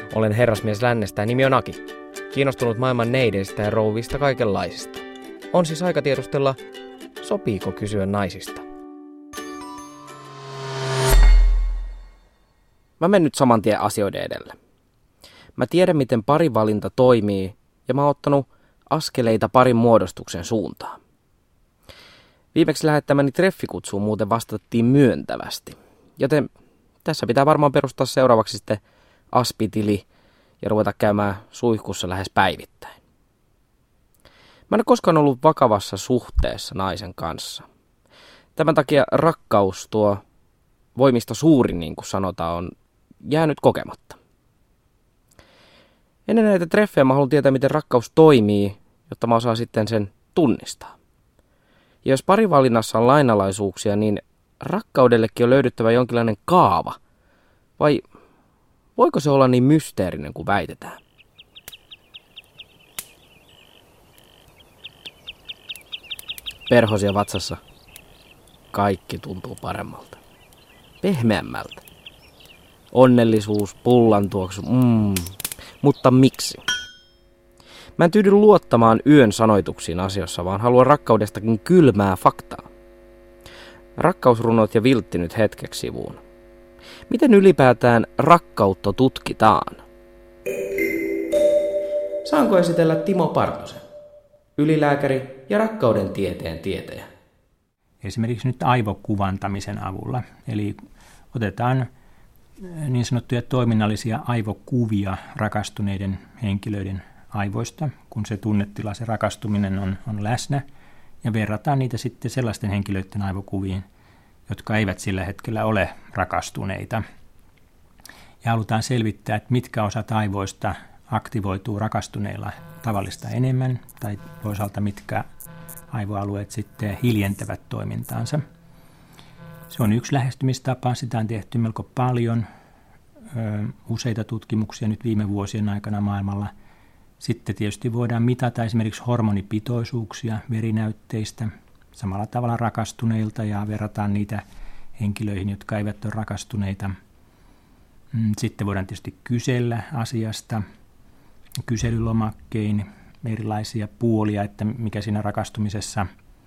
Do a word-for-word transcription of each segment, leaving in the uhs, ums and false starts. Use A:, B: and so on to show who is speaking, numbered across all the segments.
A: Olen herrasmies lännestä ja nimi on Aki. Kiinnostunut maailman neideistä ja rouvista kaikenlaisista. On siis aika tiedustella, sopiiko kysyä naisista. Mä menen nyt saman tien asioiden edelle. Mä tiedän, miten parivalinta toimii, ja mä oon ottanut askeleita parin muodostuksen suuntaan. Viimeksi lähettämäni treffikutsuun muuten vastattiin myöntävästi, joten tässä pitää varmaan perustaa seuraavaksi sitten aspitili ja ruveta käymään suihkussa lähes päivittäin. Mä en ole koskaan ollut vakavassa suhteessa naisen kanssa. Tämän takia rakkaus, tuo voimista suurin, niin kuin sanotaan, on jäänyt kokematta. Ennen näitä treffejä mä haluan tietää, miten rakkaus toimii, jotta mä osaan sitten sen tunnistaa. Ja jos parivalinnassa on lainalaisuuksia, niin rakkaudellekin on löydyttävä jonkinlainen kaava. Vai voiko se olla niin mysteerinen kuin väitetään? Perhosia vatsassa. Kaikki tuntuu paremmalta. Pehmeämmältä. Onnellisuus, pullantuoksu, mm. Mutta miksi? Mä en tyydy luottamaan yön sanoituksiin asioissa, vaan haluan rakkaudestakin kylmää faktaa. Rakkausrunot ja viltti nyt hetkeksi sivuun. Miten ylipäätään rakkautta tutkitaan? Saanko esitellä Timo Partosen, ylilääkäri ja rakkauden tieteen tietäjä?
B: Esimerkiksi nyt aivokuvantamisen avulla. Eli otetaan niin sanottuja toiminnallisia aivokuvia rakastuneiden henkilöiden aivoista, kun se tunnetila, se rakastuminen on, on läsnä, ja verrataan niitä sitten sellaisten henkilöiden aivokuviin, jotka eivät sillä hetkellä ole rakastuneita. Ja halutaan selvittää, että mitkä osat aivoista aktivoituu rakastuneilla tavallista enemmän, tai toisaalta mitkä aivoalueet sitten hiljentävät toimintaansa. Se on yksi lähestymistapa, sitä on tehty melko paljon, useita tutkimuksia nyt viime vuosien aikana maailmalla. Sitten tietysti voidaan mitata esimerkiksi hormonipitoisuuksia verinäytteistä samalla tavalla rakastuneilta ja verrataan niitä henkilöihin, jotka eivät ole rakastuneita. Sitten voidaan tietysti kysellä asiasta kyselylomakkein erilaisia puolia, että mikä siinä rakastumisessa,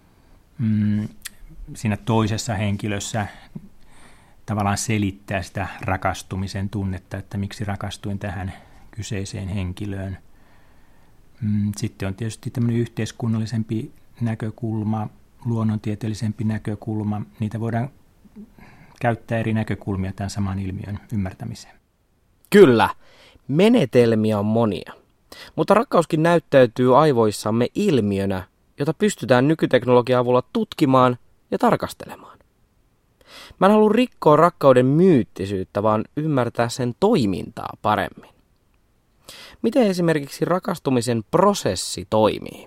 B: siinä toisessa henkilössä tavallaan selittää sitä rakastumisen tunnetta, että miksi rakastuin tähän kyseiseen henkilöön. Sitten on tietysti tämmöinen yhteiskunnallisempi näkökulma, luonnontieteellisempi näkökulma. Niitä voidaan käyttää eri näkökulmia tämän saman ilmiön ymmärtämiseen.
A: Kyllä, menetelmiä on monia, mutta rakkauskin näyttäytyy aivoissamme ilmiönä, jota pystytään nykyteknologian avulla tutkimaan ja tarkastelemaan. Mä en halua rikkoa rakkauden myyttisyyttä, vaan ymmärtää sen toimintaa paremmin. Miten esimerkiksi rakastumisen prosessi toimii?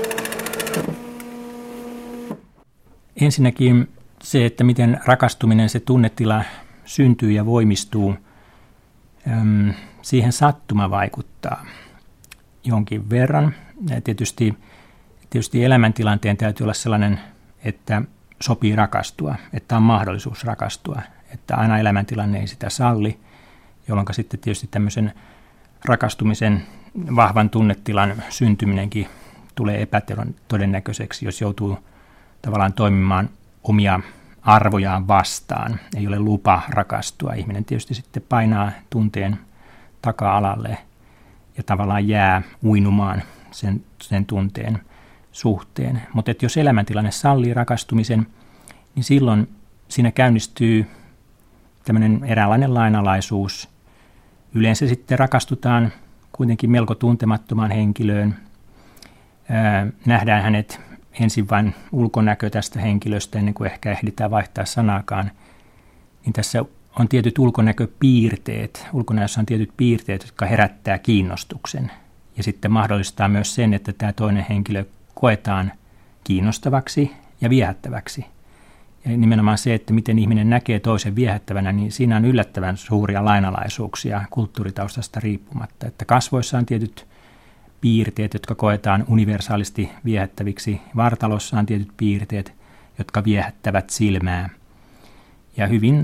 B: Ensinnäkin se, että miten rakastuminen, se tunnetila syntyy ja voimistuu, siihen sattuma vaikuttaa jonkin verran. Ja tietysti, tietysti elämäntilanteen täytyy olla sellainen, että sopii rakastua, että on mahdollisuus rakastua, että aina elämäntilanne ei sitä salli, jolloin sitten tietysti tämmöisen rakastumisen vahvan tunnetilan syntyminenkin tulee epätodennäköiseksi, jos joutuu tavallaan toimimaan omia arvojaan vastaan. Ei ole lupa rakastua. Ihminen tietysti sitten painaa tunteen taka-alalle ja tavallaan jää uinumaan sen, sen tunteen suhteen. Mutta jos elämäntilanne sallii rakastumisen, niin silloin siinä käynnistyy tämmöinen eräänlainen lainalaisuus. Yleensä sitten rakastutaan kuitenkin melko tuntemattomaan henkilöön. Ää, nähdään hänet ensin vain ulkonäkö tästä henkilöstä ennen kuin ehkä ehditään vaihtaa sanaakaan. Niin tässä on tietyt ulkonäköpiirteet. Ulkonäössä on tietyt piirteet, jotka herättää kiinnostuksen. Ja sitten mahdollistaa myös sen, että tämä toinen henkilö koetaan kiinnostavaksi ja viehättäväksi. Ja nimenomaan se, että miten ihminen näkee toisen viehättävänä, niin siinä on yllättävän suuria lainalaisuuksia kulttuuritaustasta riippumatta. Että kasvoissa on tietyt piirteet, jotka koetaan universaalisti viehättäviksi. Vartalossa on tietyt piirteet, jotka viehättävät silmää. Ja hyvin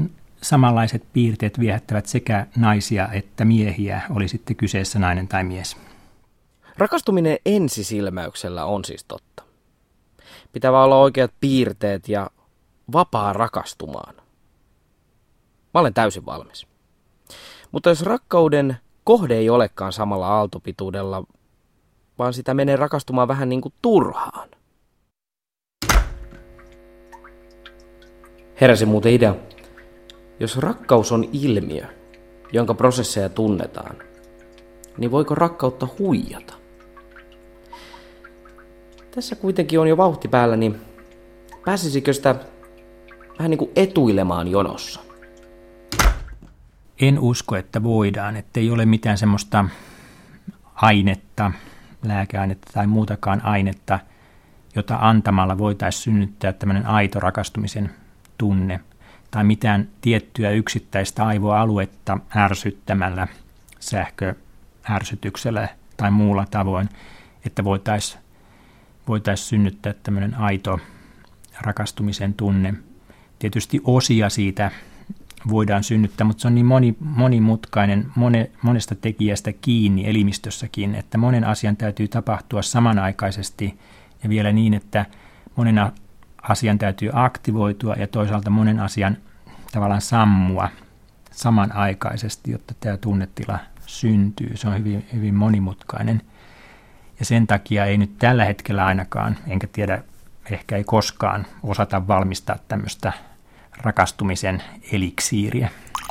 B: samanlaiset piirteet viehättävät sekä naisia että miehiä, oli sitten kyseessä nainen tai mies.
A: Rakastuminen ensisilmäyksellä on siis totta. Pitää vaan olla oikeat piirteet ja vapaa rakastumaan. Mä olen täysin valmis. Mutta jos rakkauden kohde ei olekaan samalla aaltopituudella, vaan sitä menee rakastumaan vähän niin kuin turhaan. Heräsi muuten idea. Jos rakkaus on ilmiö, jonka prosesseja tunnetaan, niin voiko rakkautta huijata? Tässä kuitenkin on jo vauhti päällä, niin pääsisikö sitä vähän niin kuin etuilemaan jonossa?
B: En usko, että voidaan, että ei ole mitään semmoista ainetta, lääkeainetta tai muutakaan ainetta, jota antamalla voitaisiin synnyttää tämmöinen aito rakastumisen tunne, tai mitään tiettyä yksittäistä aivoaluetta ärsyttämällä sähköärsytyksellä tai muulla tavoin, että voitaisiin voitaisiin synnyttää tämmöinen aito rakastumisen tunne. Tietysti osia siitä voidaan synnyttää, mutta se on niin moni, monimutkainen, mone, monesta tekijästä kiinni elimistössäkin, että monen asian täytyy tapahtua samanaikaisesti ja vielä niin, että monen asian täytyy aktivoitua ja toisaalta monen asian tavallaan sammua samanaikaisesti, jotta tämä tunnetila syntyy. Se on hyvin, hyvin monimutkainen. Ja sen takia ei nyt tällä hetkellä ainakaan, enkä tiedä, ehkä ei koskaan osata valmistaa tämmöistä rakastumisen eliksiiriä.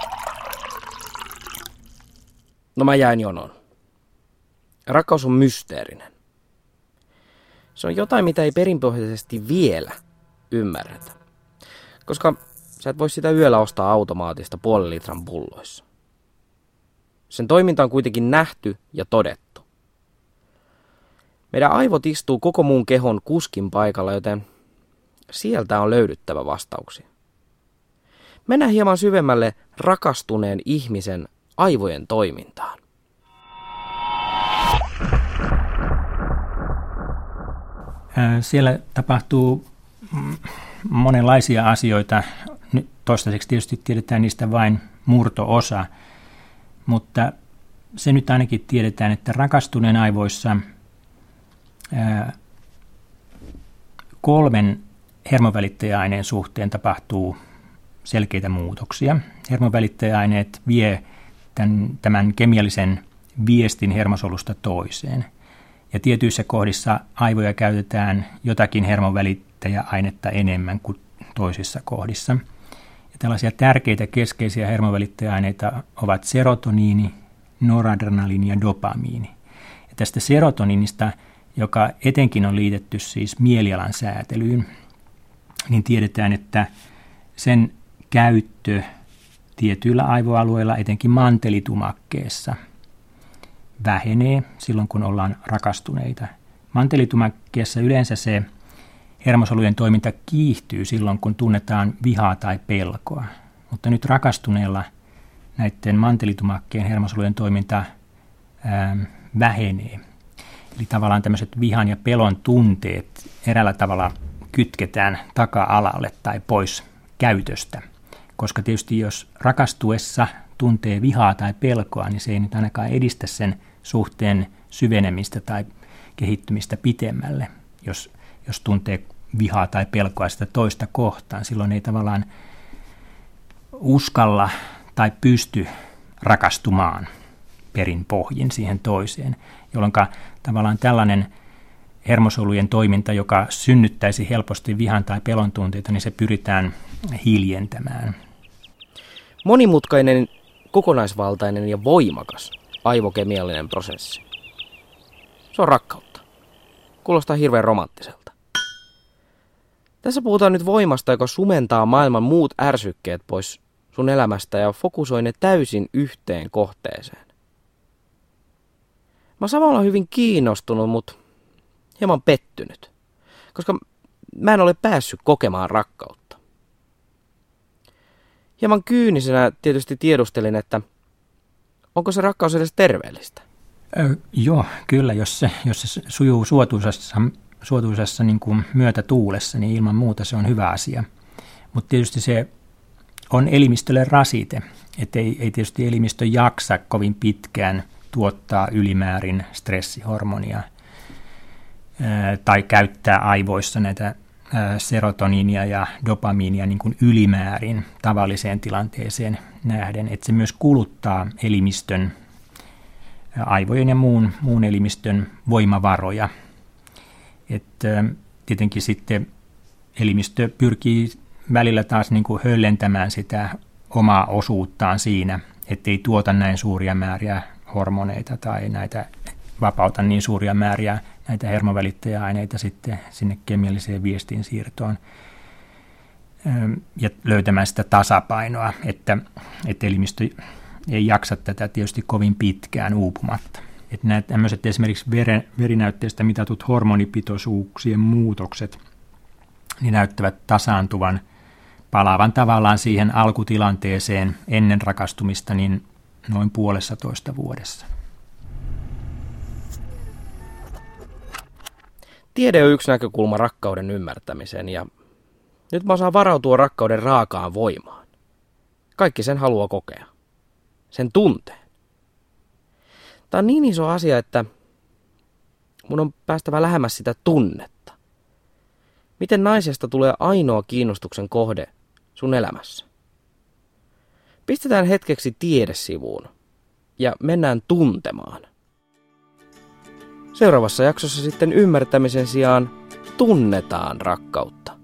A: No mä jäin jonoon. Rakkaus on mysteerinen. Se on jotain, mitä ei perinpohjaisesti vielä ymmärretä. Koska sä et voi sitä yöllä ostaa automaatista puolen litran pulloissa. Sen toiminta on kuitenkin nähty ja todettu. Meidän aivot istuu koko muun kehon kuskin paikalla, joten sieltä on löydyttävä vastauksia. Mennään hieman syvemmälle rakastuneen ihmisen aivojen toimintaan.
B: Siellä tapahtuu monenlaisia asioita. Nyt toistaiseksi tietysti tiedetään niistä vain murto-osa, mutta se nyt ainakin tiedetään, että rakastuneen aivoissa kolmen hermovälittäjäaineen suhteen tapahtuu selkeitä muutoksia. Hermovälittäjäaineet vie tämän, tämän kemiallisen viestin hermosolusta toiseen. Ja tietyissä kohdissa aivoja käytetään jotakin hermovälittäjäainetta enemmän kuin toisissa kohdissa. Ja tällaisia tärkeitä keskeisiä hermovälittäjäaineita ovat serotoniini, noradrenaliini ja dopamiini. Ja tästä serotoniinista, joka etenkin on liitetty siis mielialan säätelyyn, niin tiedetään, että sen käyttö tietyillä aivoalueilla, etenkin mantelitumakkeessa, vähenee silloin, kun ollaan rakastuneita. Mantelitumakkeessa yleensä se hermosolujen toiminta kiihtyy silloin, kun tunnetaan vihaa tai pelkoa. Mutta nyt rakastuneella näiden mantelitumakkeen hermosolujen toiminta ää, vähenee. Eli tavallaan tämmöiset vihan ja pelon tunteet eräällä tavalla kytketään taka-alalle tai pois käytöstä. Koska tietysti jos rakastuessa tuntee vihaa tai pelkoa, niin se ei nyt ainakaan edistä sen suhteen syvenemistä tai kehittymistä pitemmälle. Jos, jos tuntee vihaa tai pelkoa sitä toista kohtaan, silloin ei tavallaan uskalla tai pysty rakastumaan perin pohjin siihen toiseen, jolloin tavallaan tällainen hermosolujen toiminta, joka synnyttäisi helposti vihan tai pelon tunteita, niin se pyritään hiljentämään.
A: Monimutkainen, kokonaisvaltainen ja voimakas aivokemiallinen prosessi. Se on rakkautta. Kuulostaa hirveän romanttiselta. Tässä puhutaan nyt voimasta, joka sumentaa maailman muut ärsykkeet pois sun elämästä ja fokusoi ne täysin yhteen kohteeseen. Mä oon samalla hyvin kiinnostunut, mutta hieman pettynyt, koska mä en ole päässyt kokemaan rakkautta. Hieman kyynisenä tietysti tiedustelin, että onko se rakkaus edes terveellistä?
B: Ö, joo, kyllä. Jos se, jos se sujuu suotuisassa, suotuisassa niin kuin myötätuulessa, niin ilman muuta se on hyvä asia. Mutta tietysti se on elimistölle rasite. Että ei, ei tietysti elimistö jaksa kovin pitkään tuottaa ylimäärin stressihormonia ää, tai käyttää aivoissa näitä ää, serotoniinia ja dopamiinia niin kuin ylimäärin tavalliseen tilanteeseen nähden. Että se myös kuluttaa elimistön, ää, aivojen ja muun, muun elimistön voimavaroja. Että tietenkin sitten elimistö pyrkii välillä taas niin kuin höllentämään sitä omaa osuuttaan siinä, ettei tuota näin suuria määriä hormoneita tai näitä vapauta niin suuria määriä näitä hermovälittäjäaineita sitten sinne kemialliseen viestinsiirtoon ja löytämään sitä tasapainoa, että, että elimistö ei jaksa tätä tietysti kovin pitkään uupumatta. Että nämä tämmöiset esimerkiksi veren, verinäytteestä mitatut hormonipitoisuuksien muutokset niin näyttävät tasaantuvan, palaavan tavallaan siihen alkutilanteeseen ennen rakastumista niin noin puolessa toista vuodessa.
A: Tiede on yksi näkökulma rakkauden ymmärtämiseen ja nyt mä osaan varautua rakkauden raakaan voimaan. Kaikki sen haluaa kokea. Sen tunteen. Tämä on niin iso asia, että mun on päästävä lähemmäs sitä tunnetta. Miten naisesta tulee ainoa kiinnostuksen kohde sun elämässä? Pistetään hetkeksi tiede sivuun ja mennään tuntemaan. Seuraavassa jaksossa sitten ymmärtämisen sijaan tunnetaan rakkautta.